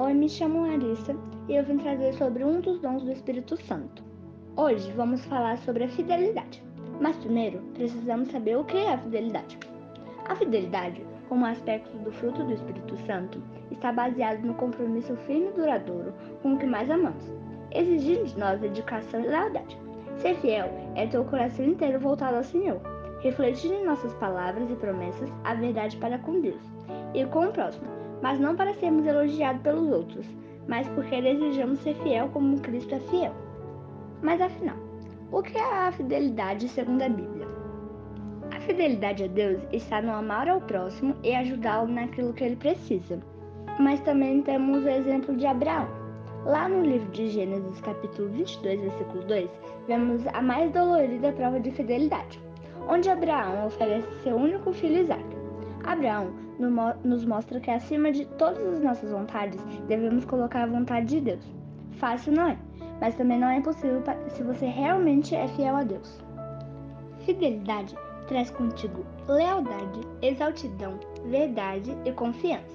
Oi, me chamo Larissa e eu vim trazer sobre um dos dons do Espírito Santo. Hoje vamos falar sobre a fidelidade, mas primeiro precisamos saber o que é a fidelidade. A fidelidade, como aspecto do fruto do Espírito Santo, está baseado no compromisso firme e duradouro com o que mais amamos, exigindo de nós dedicação e lealdade. Ser fiel é ter o coração inteiro voltado ao Senhor, refletindo em nossas palavras e promessas a verdade para com Deus e com o próximo, mas não para sermos elogiados pelos outros, mas porque desejamos ser fiel como Cristo é fiel. Mas afinal, o que é a fidelidade segundo a Bíblia? A fidelidade a Deus está no amar ao próximo e ajudá-lo naquilo que ele precisa. Mas também temos o exemplo de Abraão. Lá no livro de Gênesis, capítulo 22, versículo 2, vemos a mais dolorida prova de fidelidade, onde Abraão oferece seu único filho Isaque. Abraão nos mostra que acima de todas as nossas vontades, devemos colocar a vontade de Deus. Fácil não é, mas também não é impossível se você realmente é fiel a Deus. Fidelidade traz contigo lealdade, exaltidão, verdade e confiança.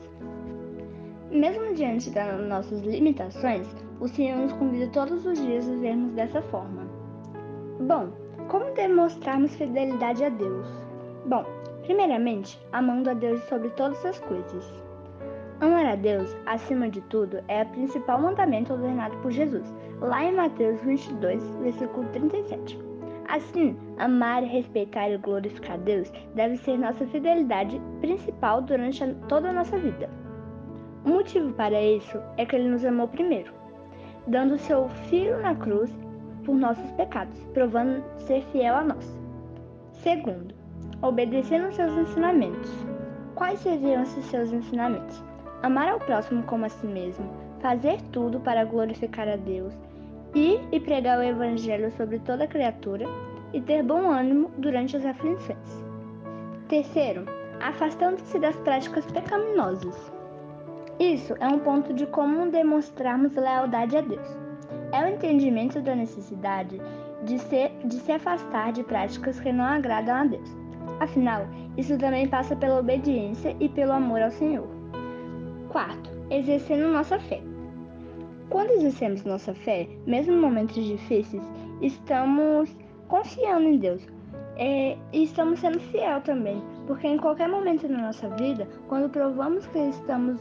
Mesmo diante das nossas limitações, o Senhor nos convida todos os dias a vivermos dessa forma. Bom, como demonstrarmos fidelidade a Deus? Bom, primeiramente, amando a Deus sobre todas as coisas. Amar a Deus, acima de tudo, é o principal mandamento ordenado por Jesus, lá em Mateus 22, versículo 37. Assim, amar, respeitar e glorificar a Deus deve ser nossa fidelidade principal durante toda a nossa vida. O motivo para isso é que Ele nos amou primeiro, dando seu Filho na cruz por nossos pecados, provando ser fiel a nós. Segundo, obedecendo aos seus ensinamentos. Quais seriam esses seus ensinamentos? Amar ao próximo como a si mesmo, fazer tudo para glorificar a Deus, ir e pregar o Evangelho sobre toda criatura e ter bom ânimo durante as aflições. Terceiro, afastando-se das práticas pecaminosas. Isso é um ponto de como demonstrarmos lealdade a Deus. É o entendimento da necessidade de se afastar de práticas que não agradam a Deus. Afinal, isso também passa pela obediência e pelo amor ao Senhor. Quarto, exercendo nossa fé. Quando exercemos nossa fé, mesmo em momentos difíceis, estamos confiando em Deus e estamos sendo fiel também, porque em qualquer momento da nossa vida, quando provamos que estamos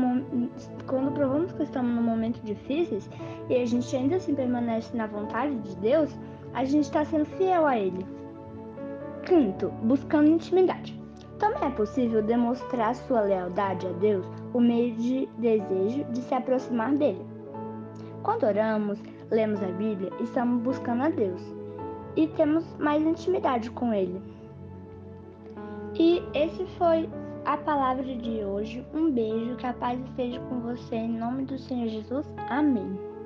num momento difícil e a gente ainda assim permanece na vontade de Deus, a gente está sendo fiel a Ele. Quinto, buscando intimidade. Também é possível demonstrar sua lealdade a Deus por meio de desejo de se aproximar dele. Quando oramos, lemos a Bíblia, estamos buscando a Deus e temos mais intimidade com Ele. E esse foi a palavra de hoje. Um beijo, que a paz esteja com você em nome do Senhor Jesus. Amém.